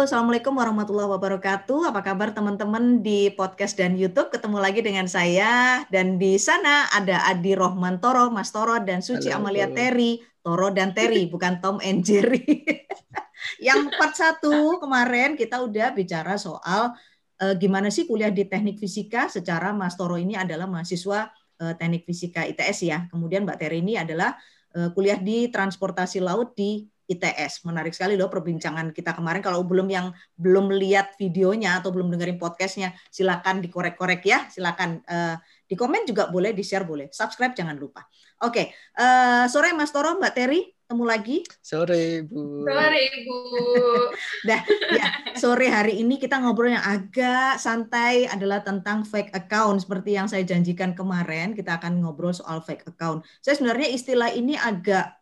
Assalamualaikum warahmatullahi wabarakatuh. Apa kabar teman-teman di podcast dan YouTube? Ketemu lagi dengan saya, dan di sana ada Adi Rohman Toro, Mas Toro, dan Suci Halo. Amalia Terry. Toro dan Terry, bukan Tom and Jerry. Yang part 1 kemarin kita udah bicara soal gimana sih kuliah di teknik fisika. Secara Mas Toro ini adalah mahasiswa teknik fisika ITS ya. Kemudian Mbak Terry ini adalah kuliah di transportasi laut di ITS. Menarik sekali loh perbincangan kita kemarin. Kalau belum lihat videonya atau belum dengerin podcastnya, silakan dikorek-korek ya. Silakan di komen juga boleh, di share boleh. Subscribe jangan lupa. Oke, sore Mas Toro, Mbak Terry, ketemu lagi. Sore Bu. Sore Ibu. Dah, ya, sore hari ini kita ngobrol yang agak santai adalah tentang fake account. Seperti yang saya janjikan kemarin, kita akan ngobrol soal fake account. Saya sebenarnya istilah ini agak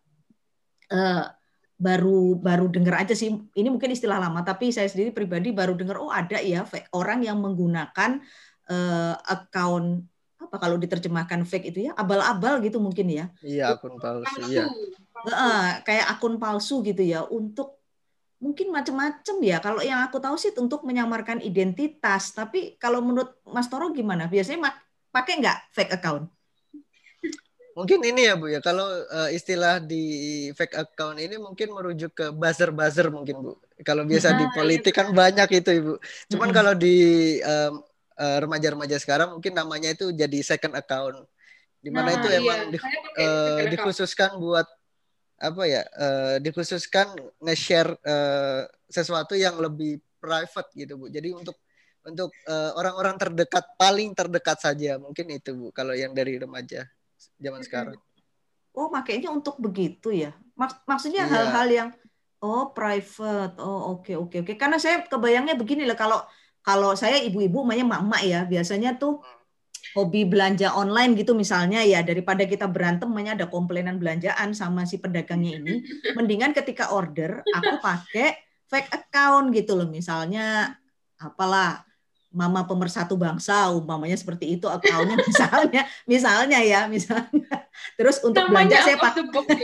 baru dengar aja sih. Ini mungkin istilah lama, tapi saya sendiri pribadi baru dengar, oh ada ya fake, orang yang menggunakan account, apa kalau diterjemahkan fake itu ya, abal-abal gitu mungkin ya. Iya, akun palsu ya. Kayak akun palsu gitu ya, untuk mungkin macam-macam ya. Kalau yang aku tahu sih untuk menyamarkan identitas. Tapi kalau menurut Mas Toro gimana? Biasanya pakai nggak fake account? Mungkin ini ya Bu ya, kalau istilah di fake account ini mungkin merujuk ke buzzer-buzzer mungkin Bu. Kalau biasa di politik kan banyak itu Ibu. Cuman kalau di remaja-remaja sekarang mungkin namanya itu jadi second account. Dimana itu emang dikhususkan buat apa ya, dikhususkan nge-share sesuatu yang lebih private gitu Bu. Jadi untuk orang-orang terdekat, paling terdekat saja mungkin itu Bu, kalau yang dari remaja zaman sekarang. Oh, makanya untuk begitu ya. Maksudnya Iya. hal-hal yang private. Oh, oke. Karena saya kebayangnya begini lah, kalau saya ibu-ibu, namanya mak-mak ya, biasanya tuh hobi belanja online gitu misalnya ya, daripada kita berantem ada komplainan belanjaan sama si pedagangnya ini, mendingan ketika order aku pakai fake account gitu loh. Misalnya apalah, Mama Pemersatu Bangsa umpamanya seperti itu akunnya, misalnya. Terus untuk belanja saya pakai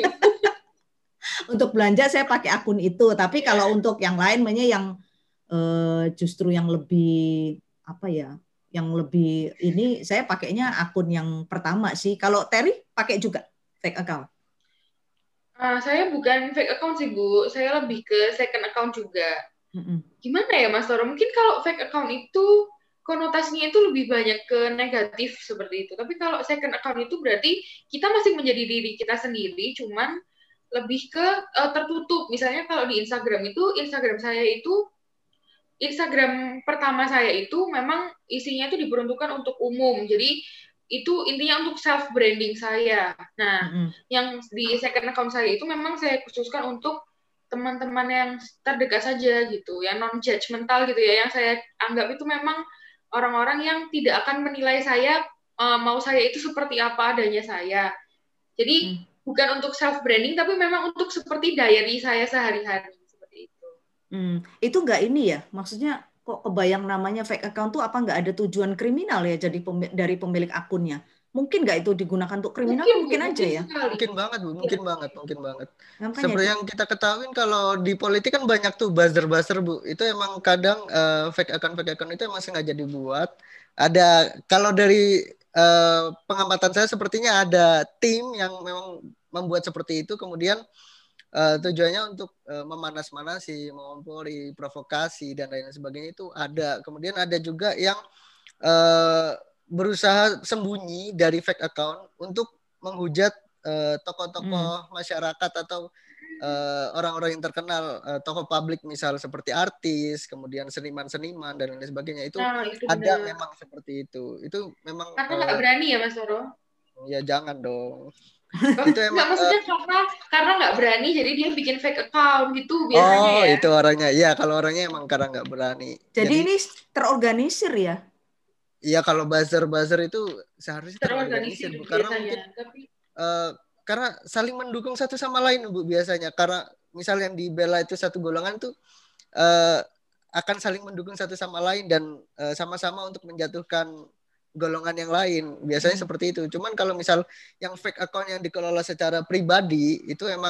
untuk belanja saya pakai akun itu. Tapi kalau untuk yang lain yang justru yang lebih apa ya, yang lebih ini, saya pakainya akun yang pertama sih. Kalau Terry pakai juga fake account? Saya bukan fake account sih Bu, saya lebih ke second account juga. Gimana ya Mas Toro? Mungkin kalau fake account itu konotasinya itu lebih banyak ke negatif seperti itu. Tapi kalau second account itu berarti kita masih menjadi diri kita sendiri, cuman lebih ke tertutup. Misalnya kalau di Instagram Instagram pertama saya itu memang isinya itu diperuntukkan untuk umum. Jadi itu intinya untuk self branding saya. Nah, yang di second account saya itu memang saya khususkan untuk teman-teman yang terdekat saja gitu, yang non judgmental gitu ya, yang saya anggap itu memang orang-orang yang tidak akan menilai saya mau saya itu seperti apa adanya saya. Jadi bukan untuk self branding, tapi memang untuk seperti diary saya sehari-hari seperti itu. Itu nggak ini ya, maksudnya kok kebayang namanya fake account tuh, apa nggak ada tujuan kriminal ya jadi dari pemilik akunnya? Mungkin nggak itu digunakan untuk kriminal? Mungkin aja ya. Mungkin banget Bu, mungkin banget. Seperti yang kita ketahui kalau di politik kan banyak tuh buzzer Bu. Itu emang kadang fake account itu emang sengaja dibuat. Ada, kalau dari pengamatan saya sepertinya ada tim yang memang membuat seperti itu, kemudian tujuannya untuk memanas-manasi, mengompori, provokasi dan lain sebagainya itu ada. Kemudian ada juga yang berusaha sembunyi dari fake account untuk menghujat tokoh-tokoh masyarakat atau orang-orang yang terkenal, tokoh publik misal seperti artis, kemudian seniman-seniman dan lain sebagainya. Itu ada benar. Memang seperti itu. Itu memang karena nggak berani ya Mas Toro? Ya jangan dong. Itu emang maksudnya karena nggak berani jadi dia bikin fake account gitu biasanya ya. Itu orangnya. Iya, kalau orangnya emang karena nggak berani. Jadi ini terorganisir ya? Iya, kalau buzzer itu seharusnya terorganisir karena mungkin karena saling mendukung satu sama lain Bu biasanya. Karena misal yang dibela itu satu golongan tuh akan saling mendukung satu sama lain dan sama-sama untuk menjatuhkan golongan yang lain. Biasanya seperti itu. Cuman kalau misal yang fake account yang dikelola secara pribadi itu emang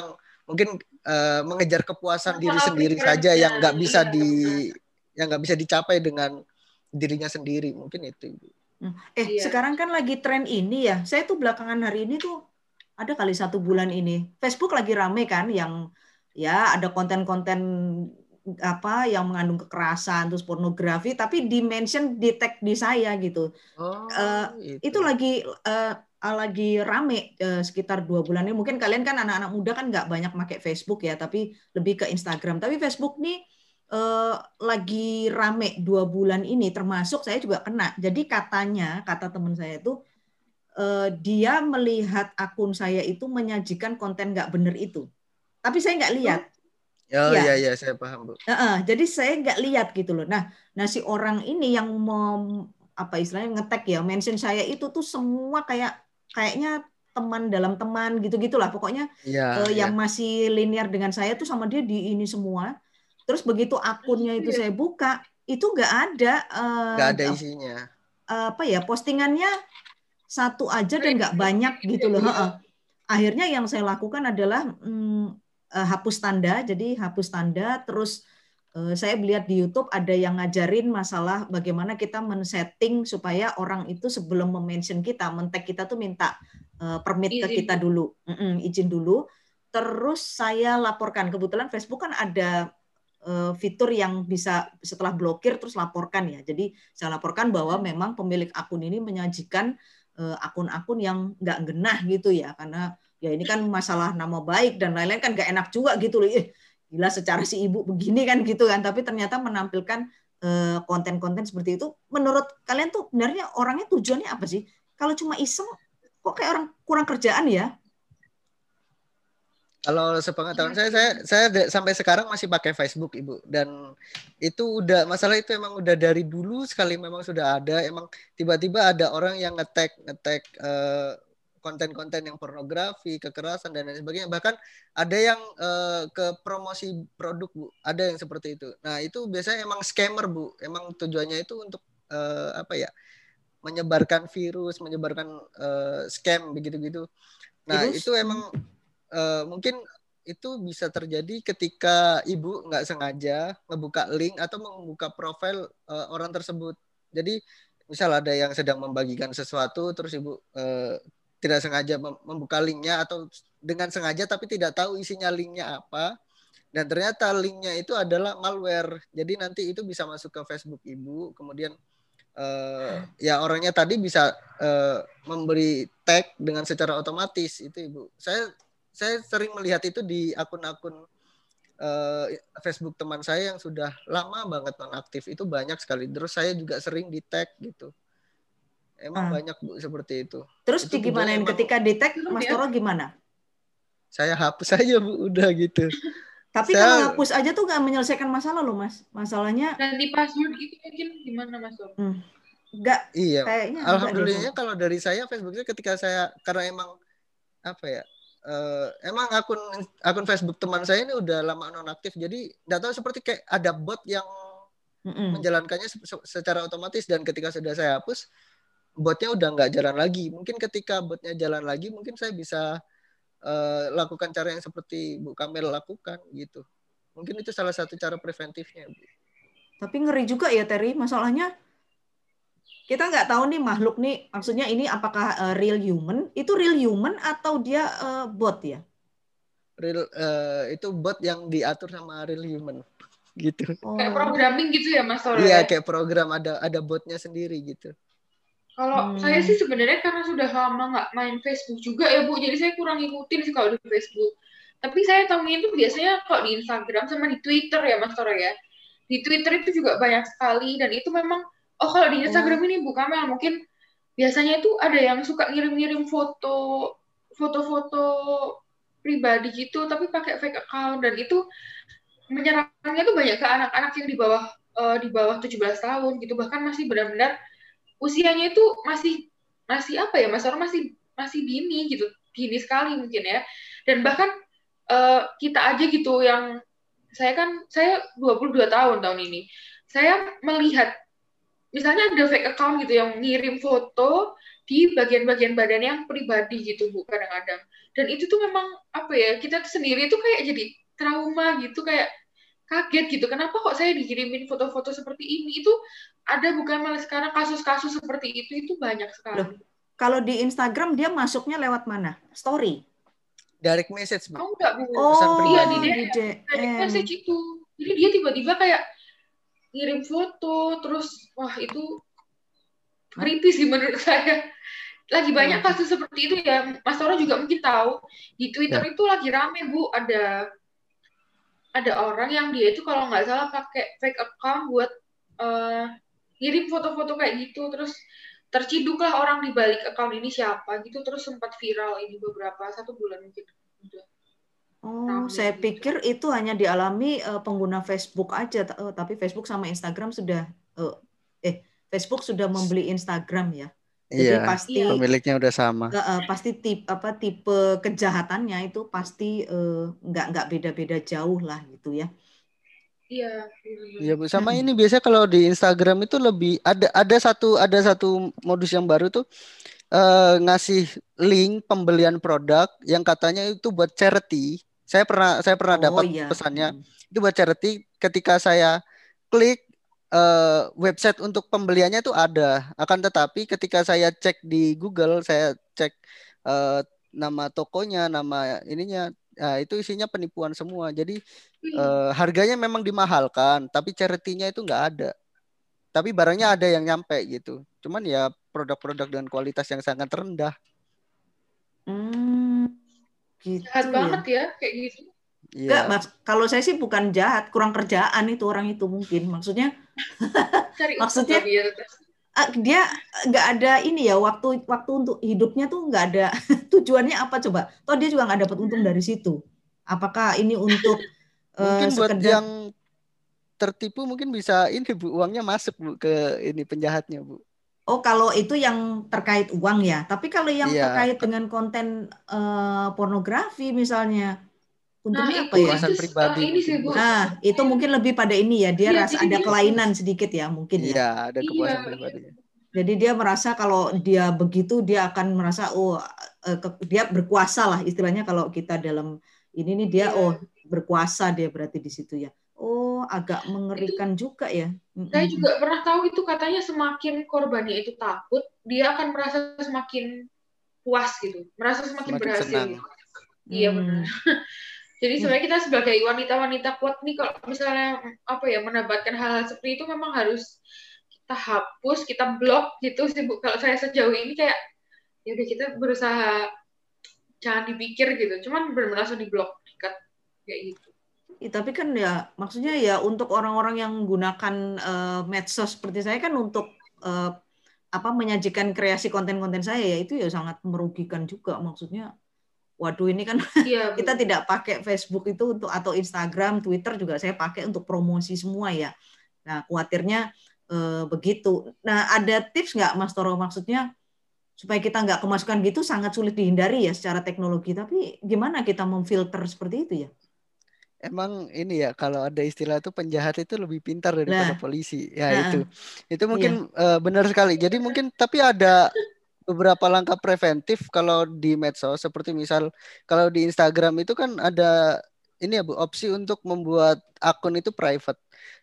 mungkin mengejar kepuasan diri sendiri saja yang nggak bisa dicapai dengan dirinya sendiri, mungkin itu. Sekarang kan lagi tren ini ya. Saya tuh belakangan hari ini tuh ada kali 1 bulan ini Facebook lagi rame kan, yang ya ada konten-konten apa yang mengandung kekerasan, terus pornografi, tapi dimention di tag di saya gitu. Itu lagi rame sekitar 2 bulan ini. Mungkin kalian kan anak-anak muda kan nggak banyak pakai Facebook ya, tapi lebih ke Instagram. Tapi Facebook nih lagi rame 2 bulan ini, termasuk saya juga kena. Jadi kata teman saya itu dia melihat akun saya itu menyajikan konten nggak benar itu, tapi saya nggak lihat. Iya, saya paham, Bu. Jadi saya nggak lihat gitu loh. Nah si orang ini yang apa istilahnya nge-tag ya, mention saya itu tuh semua kayaknya teman dalam teman gitu-gitulah. Pokoknya yang masih linear dengan saya tuh sama dia di ini semua. Terus begitu akunnya itu saya buka, itu nggak ada isinya. Postingannya satu aja dan nggak banyak gitu loh. Akhirnya yang saya lakukan adalah hapus tanda. Jadi hapus tanda, terus saya melihat di YouTube ada yang ngajarin masalah bagaimana kita men-setting supaya orang itu sebelum mention kita, men-tag kita tuh minta permit ke kita dulu, izin dulu. Terus saya laporkan. Kebetulan Facebook kan ada fitur yang bisa setelah blokir terus laporkan ya. Jadi saya laporkan bahwa memang pemilik akun ini menyajikan akun-akun yang nggak genah gitu ya, karena ya ini kan masalah nama baik dan lain-lain kan nggak enak juga gitu loh. Gila secara si ibu begini kan gitu kan, tapi ternyata menampilkan konten-konten seperti itu. Menurut kalian tuh sebenarnya orangnya tujuannya apa sih? Kalau cuma iseng kok kayak orang kurang kerjaan ya? Kalau sepengetahuan saya sampai sekarang masih pakai Facebook, Ibu. Dan itu masalah itu emang udah dari dulu sekali memang sudah ada. Emang tiba-tiba ada orang yang nge-tag konten-konten yang pornografi, kekerasan dan lain sebagainya. Bahkan ada yang ke promosi produk, Bu. Ada yang seperti itu. Nah, itu biasanya emang scammer, Bu. Emang tujuannya itu untuk menyebarkan virus, menyebarkan scam begitu-gitu. Nah, itu emang mungkin itu bisa terjadi ketika ibu nggak sengaja ngebuka link atau membuka profil orang tersebut. Jadi misal ada yang sedang membagikan sesuatu, terus ibu tidak sengaja membuka linknya atau dengan sengaja tapi tidak tahu isinya linknya apa, dan ternyata linknya itu adalah malware. Jadi nanti itu bisa masuk ke Facebook ibu, kemudian ya orangnya tadi bisa memberi tag dengan secara otomatis itu ibu. Saya sering melihat itu di akun-akun Facebook teman saya yang sudah lama banget nonaktif, itu banyak sekali. Terus saya juga sering di tag gitu. Emang banyak, Bu, seperti itu. Terus digimanain ketika di tag, Mas Toro gimana? Saya hapus aja, Bu, udah gitu. Tapi kalau hapus aja tuh nggak menyelesaikan masalah loh, Mas. Masalahnya ganti password gitu mungkin gimana, Mas Toro? Enggak. Iya. Alhamdulillahnya kalau dari saya Facebooknya ketika saya, karena emang apa ya, emang akun Facebook teman saya ini udah lama nonaktif, jadi nggak tahu seperti kayak ada bot yang menjalankannya secara otomatis, dan ketika sudah saya hapus, botnya udah nggak jalan lagi. Mungkin ketika botnya jalan lagi, mungkin saya bisa lakukan cara yang seperti Bu Kamel lakukan gitu. Mungkin itu salah satu cara preventifnya, Bu. Tapi ngeri juga ya, Terry. Masalahnya kita nggak tahu nih makhluk nih, maksudnya ini apakah real human? Itu real human atau dia bot ya? Real itu bot yang diatur sama real human gitu. Kayak programming gitu ya, Mas Toro? Iya, kayak program, ada botnya sendiri gitu. Kalau saya sih sebenarnya karena sudah lama nggak main Facebook juga ya, Bu, jadi saya kurang ngikutin sih kalau di Facebook. Tapi saya tahunya itu biasanya kalau di Instagram sama di Twitter ya, Mas Toro ya. Di Twitter itu juga banyak sekali, dan itu memang, kalau di Instagram ini Bu Kamel, mungkin biasanya itu ada yang suka ngirim-ngirim foto-foto pribadi gitu, tapi pakai fake account, dan itu menyerangnya tuh banyak ke anak-anak yang di bawah 17 tahun gitu, bahkan masih benar-benar usianya itu masih apa ya, Mas Toro, masih dini gitu, dini sekali mungkin ya. Dan bahkan kita aja gitu, yang saya 22 tahun ini, saya melihat misalnya ada fake account gitu yang ngirim foto di bagian-bagian badan yang pribadi gitu Bu kadang-kadang. Dan itu tuh memang apa ya, kita tuh sendiri tuh kayak jadi trauma gitu, kayak kaget gitu. Kenapa kok saya dikirimin foto-foto seperti ini? Itu ada bukan malah sekarang kasus-kasus seperti itu banyak sekali. Loh, kalau di Instagram dia masuknya lewat mana? Story? Direct message, Bu. Oh enggak, Bu. Pesan pribadi. Iya, di direct message itu. Jadi dia tiba-tiba kayak ngirim foto, terus wah itu creepy sih menurut saya. Lagi banyak kasus seperti itu ya. Mas Toro juga mungkin tahu. Di Twitter itu lagi rame, Bu. Ada orang yang dia itu kalau nggak salah pakai fake account buat ngirim foto-foto kayak gitu. Terus terciduklah orang di balik account ini siapa gitu. Terus sempat viral ini beberapa, 1 bulan mungkin. Saya pikir itu hanya dialami pengguna Facebook aja, tapi Facebook sama Instagram sudah Facebook sudah membeli Instagram ya. Jadi pasti pemiliknya udah sama. Pasti tipe kejahatannya itu pasti nggak beda-beda jauh lah gitu ya. Iya. Iya Bu, sama ini biasanya kalau di Instagram itu lebih ada satu modus yang baru tuh, ngasih link pembelian produk yang katanya itu buat charity. Saya pernah dapat pesannya itu buat charity. Ketika saya klik website untuk pembeliannya itu ada, akan tetapi ketika saya cek di Google, saya cek nama tokonya, nama ininya, itu isinya penipuan semua. Jadi harganya memang dimahalkan, tapi charity-nya itu nggak ada. Tapi barangnya ada yang nyampe gitu. Cuman ya produk-produk dengan kualitas yang sangat rendah. Gitu jahat banget ya kayak gitu. Enggak, Mas. Kalau saya sih bukan jahat, kurang kerjaan itu orang itu mungkin. Maksudnya dia nggak ada ini ya, waktu untuk hidupnya tuh nggak ada tujuannya apa coba. Toh dia juga nggak dapat untung dari situ. Apakah ini untuk mungkin buat yang tertipu mungkin bisa ini Bu, uangnya masuk Bu ke ini penjahatnya Bu. Oh, kalau itu yang terkait uang ya. Tapi kalau yang terkait dengan konten pornografi misalnya, untungnya apa ya? Pribadi ini sih, Bu. Nah, itu mungkin lebih pada ini ya. Dia rasa ada kelainan sedikit ya, mungkin ya. Iya, ada kepuasan pribadi. Jadi dia merasa kalau dia begitu, dia akan merasa dia berkuasa lah istilahnya. Kalau kita dalam ini nih dia berkuasa dia berarti di situ ya. Oh, agak mengerikan itu, juga ya. Saya juga pernah tahu itu katanya semakin korbannya itu takut, dia akan merasa semakin puas gitu, merasa semakin berhasil. Iya benar. Jadi sebenarnya kita sebagai wanita-wanita kuat nih, kalau misalnya mendapatkan hal-hal seperti itu memang harus kita hapus, kita blok gitu sih Bu. Kalau saya sejauh ini kayak ya udah kita berusaha jangan dipikir gitu, cuman benar-benar langsung diblok kayak gitu. Tapi kan ya maksudnya ya untuk orang-orang yang menggunakan medsos seperti saya kan untuk menyajikan kreasi konten-konten saya ya itu ya sangat merugikan juga. Maksudnya waduh ini kan kita tidak pakai Facebook itu untuk atau Instagram, Twitter juga saya pakai untuk promosi semua ya. Nah khawatirnya begitu. Nah ada tips nggak Mas Toro, maksudnya supaya kita nggak kemasukan gitu, sangat sulit dihindari ya secara teknologi. Tapi gimana kita memfilter seperti itu ya? Emang ini ya, kalau ada istilah itu penjahat itu lebih pintar daripada polisi. Ya itu mungkin benar sekali. Jadi mungkin tapi ada beberapa langkah preventif kalau di medsos, seperti misal kalau di Instagram itu kan ada ini ya Bu, opsi untuk membuat akun itu private.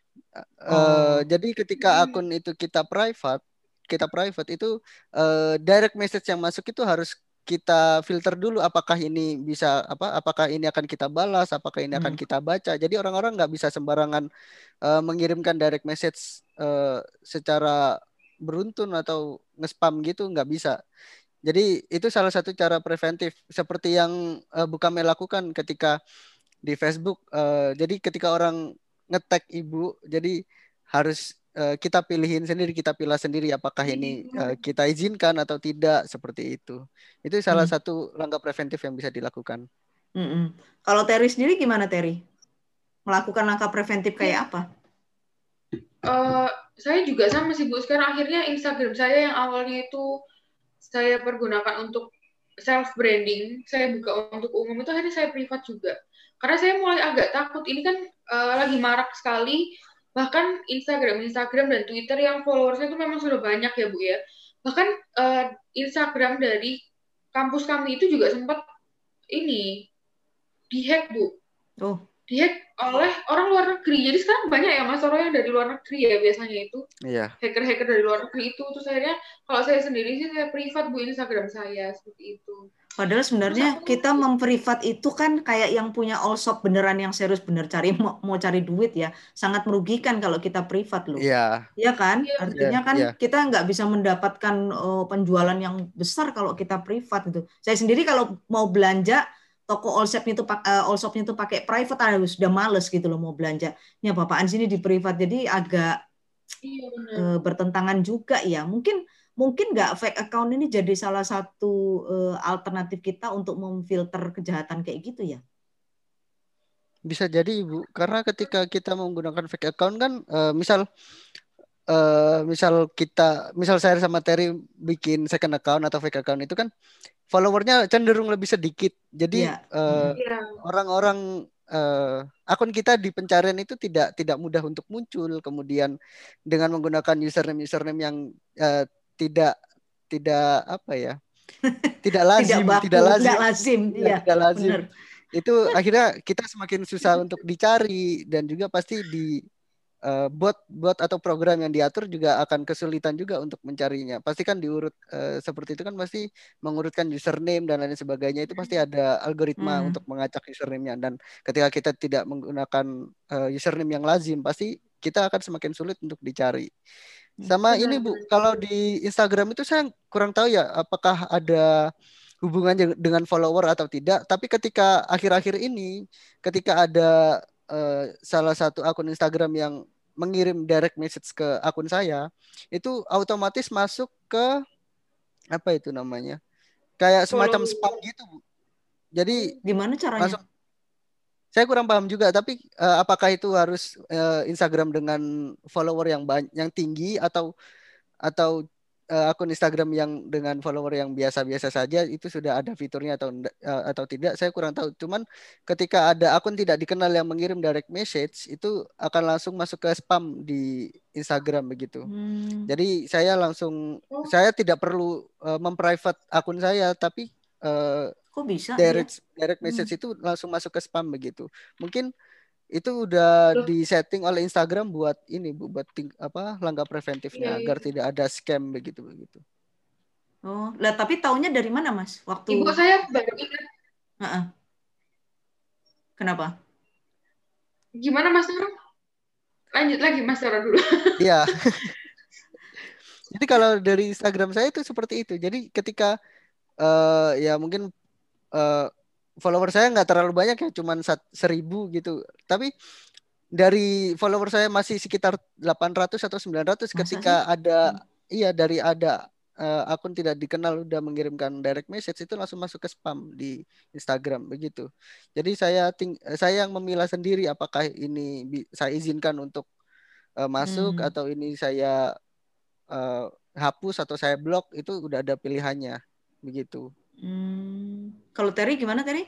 Jadi ketika akun itu kita private itu direct message yang masuk itu harus kita filter dulu, apakah ini bisa apakah ini akan kita balas, apakah ini akan kita baca. Jadi orang-orang nggak bisa sembarangan mengirimkan direct message secara beruntun atau nge-spam gitu, nggak bisa. Jadi itu salah satu cara preventif seperti yang Bu Kamel lakukan ketika di Facebook. Jadi ketika orang nge-tag Ibu, jadi harus kita pilihin sendiri, kita pilih sendiri apakah ini kita izinkan atau tidak, seperti itu. Itu salah satu langkah preventif yang bisa dilakukan. Kalau Terry sendiri gimana Terry? Melakukan langkah preventif kayak apa? Saya juga sama sih Bu. Sekarang akhirnya Instagram saya yang awalnya itu saya pergunakan untuk self branding, saya buka untuk umum, itu akhirnya saya privat juga. Karena saya mulai agak takut. Ini kan lagi marak sekali Bahkan Instagram dan Twitter yang followersnya itu memang sudah banyak ya Bu ya. Bahkan Instagram dari kampus kami itu juga sempat ini dihack Bu. Oh. Dihack oleh orang luar negeri. Jadi sekarang banyak ya Mas Toro yang dari luar negeri ya biasanya itu. Iya. Hacker-hacker dari luar negeri itu. Terus akhirnya kalau saya sendiri sih saya privat Bu Instagram saya seperti itu. Padahal sebenarnya kita memprivat itu kan kayak yang punya all shop beneran yang serius bener cari mau cari duit ya, sangat merugikan kalau kita privat loh. Iya. Iya kan? Artinya kan Iya. kita nggak bisa mendapatkan penjualan yang besar kalau kita privat gitu. Saya sendiri kalau mau belanja toko all shopnya itu pakai private, sudah males gitu loh mau belanja. Ini apa-apaan sini di privat, jadi agak bertentangan juga ya. Mungkin nggak fake account ini jadi salah satu alternatif kita untuk memfilter kejahatan kayak gitu ya? Bisa jadi Ibu, karena ketika kita menggunakan fake account kan, misal saya sama Terry bikin second account atau fake account itu kan followernya cenderung lebih sedikit. Jadi orang-orang akun kita di pencarian itu tidak mudah untuk muncul. Kemudian dengan menggunakan username yang tidak apa ya, tidak lazim. Itu akhirnya kita semakin susah untuk dicari, dan juga pasti di bot atau program yang diatur juga akan kesulitan juga untuk mencarinya. Pasti kan diurut seperti itu kan, pasti mengurutkan username dan lain sebagainya, itu pasti ada algoritma untuk mengacak username-nya, dan ketika kita tidak menggunakan username yang lazim, pasti kita akan semakin sulit untuk dicari. Sama ini Bu, kalau di Instagram itu saya kurang tahu ya apakah ada hubungannya dengan follower atau tidak, tapi ketika akhir-akhir ini ketika ada salah satu akun Instagram yang mengirim direct message ke akun saya, itu otomatis masuk ke apa itu namanya, kayak semacam spam gitu Bu. Jadi gimana caranya? Saya kurang paham juga, tapi apakah itu harus Instagram dengan follower yang tinggi atau akun Instagram yang dengan follower yang biasa-biasa saja itu sudah ada fiturnya atau tidak, saya kurang tahu. Cuman ketika ada akun tidak dikenal yang mengirim direct message, itu akan langsung masuk ke spam di Instagram begitu. Jadi saya tidak perlu memprivate akun saya, tapi kok bisa direct message itu langsung masuk ke spam begitu. Mungkin itu udah disetting oleh Instagram buat ini Bu, buat langkah preventifnya agar tidak ada scam begitu. Oh, lah tapi taunya dari mana Mas? Waktu Ibu saya baru ingat. Kenapa? Gimana Mas Toro? Lanjut lagi Mas Toro dulu. Iya. Jadi kalau dari Instagram saya itu seperti itu. Jadi ketika ya mungkin follower saya nggak terlalu banyak ya, cuman 1.000 gitu. Tapi dari follower saya masih sekitar 800 atau 900. Masa ketika sih? ada akun tidak dikenal udah mengirimkan direct message, itu langsung masuk ke spam di Instagram begitu. Jadi saya yang memilah sendiri apakah ini saya izinkan untuk masuk atau ini saya hapus atau saya blok, itu udah ada pilihannya begitu. Kalau Terry gimana Terry?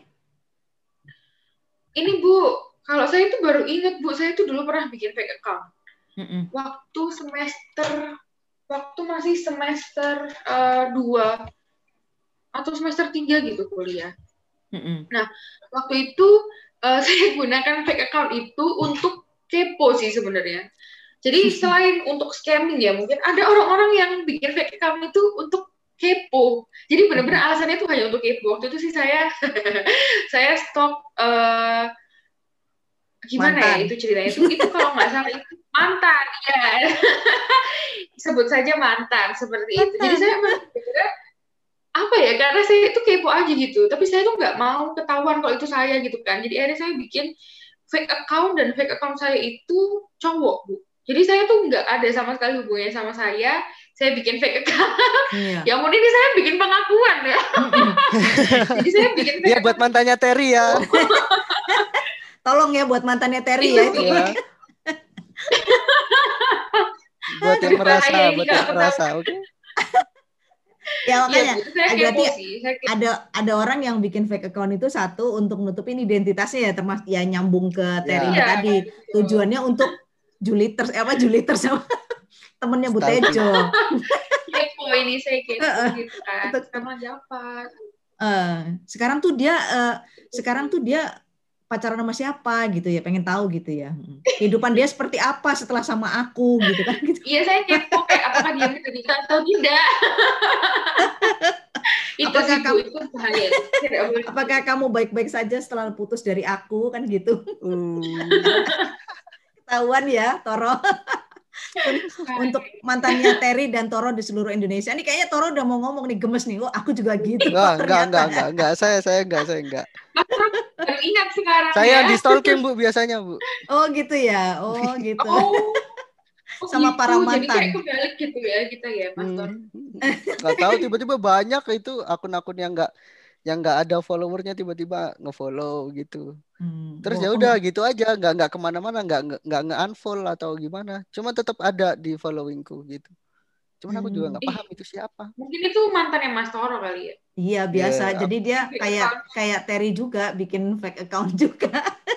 Ini Bu, kalau saya itu baru ingat Bu, saya itu dulu pernah bikin fake account. Waktu masih semester 2 atau semester 3 gitu kuliah. Nah, waktu itu saya gunakan fake account itu untuk kepo sih sebenarnya. Jadi selain untuk scamming ya, mungkin ada orang-orang yang bikin fake account itu untuk kepo. Jadi benar-benar alasannya itu hanya untuk kepo. Waktu itu sih saya stok gimana mantan. Ya itu ceritanya itu kalau nggak salah itu mantan ya. Sebut saja mantan seperti itu. Jadi saya berpikir apa ya, karena saya itu kepo aja gitu. Tapi saya tuh nggak mau ketahuan kalau itu saya gitu kan. Jadi akhirnya saya bikin fake account, dan fake account saya itu cowok Bu. Jadi saya tuh nggak ada sama sekali hubungannya sama saya. Saya bikin fake account. Yang murni ini saya bikin pengakuan ya. Jadi saya bikin fake account. Buat mantannya Terry ya. Tolong ya buat mantannya Terry ya. Buat yang merasa, oke. Ya makanya berarti ada orang yang bikin fake account itu satu untuk nutupin identitasnya ya, termasuk ya nyambung ke Terry tadi. Tujuannya untuk Juliter sama temennya Bu Tejo. Kepo ini saya kepo gitu kan. Sama Jafar. Sekarang tuh dia pacaran sama siapa gitu ya, pengen tahu gitu ya. Kehidupan dia seperti apa setelah sama aku gitu kan. Gitu. Iya, saya kepo kayak apakah dia menikah atau tidak. Itu bahaya. Apakah kamu baik-baik saja setelah putus dari aku kan gitu. Ketahuan ya, Toro. Untuk mantannya Terry dan Toro di seluruh Indonesia. Ini kayaknya Toro udah mau ngomong nih, gemes nih. Oh, aku juga gitu. Enggak. Saya enggak. Baru ingat sekarang. Saya di stalking, Bu, biasanya, Bu. Oh, gitu ya. Oh, gitu. Sama gitu. para mantan. Jadi kayak kebalik gitu ya kita ya, Pastor. Nggak tahu, tiba-tiba banyak itu akun-akun yang nggak ada followernya tiba-tiba ngefollow gitu. Terus ya udah gitu aja, nggak kemana-mana, nggak nge-unfollow atau gimana. Cuma tetap ada di followingku gitu. Cuman aku juga nggak paham itu siapa. Mungkin itu mantannya Mas Toro kali ya. Iya biasa. Jadi dia kayak Terry juga bikin fake account juga.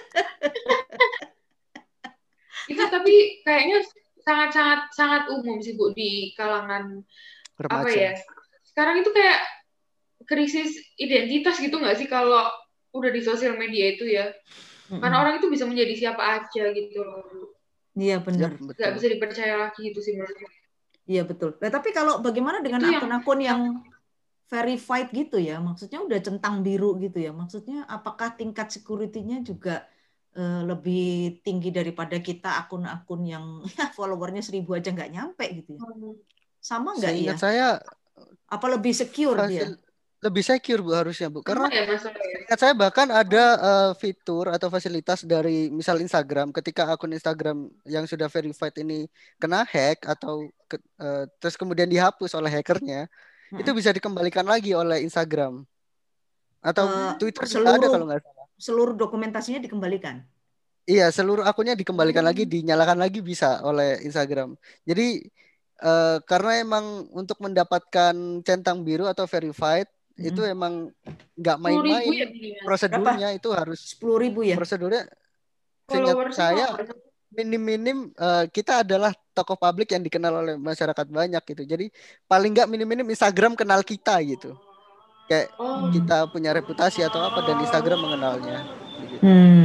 Itu tapi kayaknya sangat umum sih Bu di kalangan remaja. Apa ya? Sekarang itu kayak krisis identitas gitu nggak sih kalau udah di sosial media itu ya? Karena orang itu bisa menjadi siapa aja gitu loh. Iya benar. Nggak bisa dipercaya lagi gitu sih menurut saya. Iya betul. Nah, tapi kalau bagaimana dengan akun-akun yang verified gitu ya? Maksudnya udah centang biru gitu ya? Maksudnya apakah tingkat security-nya juga lebih tinggi daripada kita akun-akun yang followernya 1.000 aja nggak nyampe gitu ya? Sama nggak ya? Saya apa lebih secure dia? Lebih secure Bu harusnya Bu, karena ingat saya bahkan ada fitur atau fasilitas dari misal Instagram, ketika akun Instagram yang sudah verified ini kena hack atau terus kemudian dihapus oleh hackernya, itu bisa dikembalikan lagi oleh Instagram atau Twitter juga ada kalau nggak salah. Seluruh dokumentasinya dikembalikan? Iya, seluruh akunnya dikembalikan lagi, dinyalakan lagi bisa oleh Instagram. Jadi karena emang untuk mendapatkan centang biru atau verified itu emang nggak main-main prosedurnya. Itu harus 10.000 ya prosedurnya. Seingat saya minim-minim kita adalah tokoh publik yang dikenal oleh masyarakat banyak gitu, jadi paling nggak minim-minim Instagram kenal kita gitu, kayak kita punya reputasi atau apa dan Instagram mengenalnya gitu.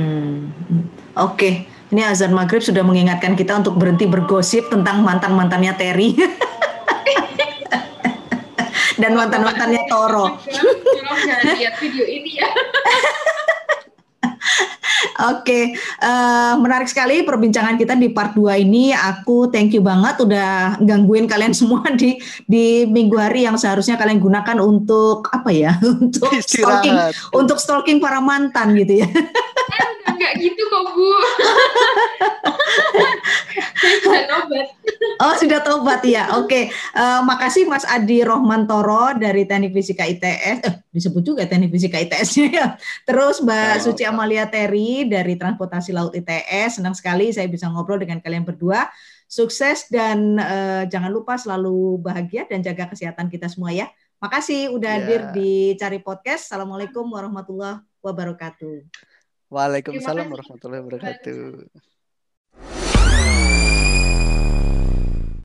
Oke. Ini azan maghrib sudah mengingatkan kita untuk berhenti bergosip tentang mantan-mantannya Terry dan mantan-mantannya Toro. Tolong jangan lihat video ini ya. Oke, menarik sekali perbincangan kita di part 2 ini. Aku thank you banget udah gangguin kalian semua di minggu hari yang seharusnya kalian gunakan untuk apa ya? Untuk stalking para mantan gitu ya. Enggak gitu kok Bu. Saya sudah tobat. Oh sudah tobat ya. Oke. Makasih Mas Adi Rohman Toro dari Teknik Fisika ITS. Disebut juga Teknik Fisika ITS-nya ya. Terus Mbak Suci Amalia Terry dari Transportasi Laut ITS. Senang sekali saya bisa ngobrol dengan kalian berdua. Sukses dan jangan lupa selalu bahagia dan jaga kesehatan kita semua ya. Makasih udah hadir di Cari Podcast. Assalamualaikum warahmatullahi wabarakatuh. Waalaikumsalam warahmatullahi wabarakatuh.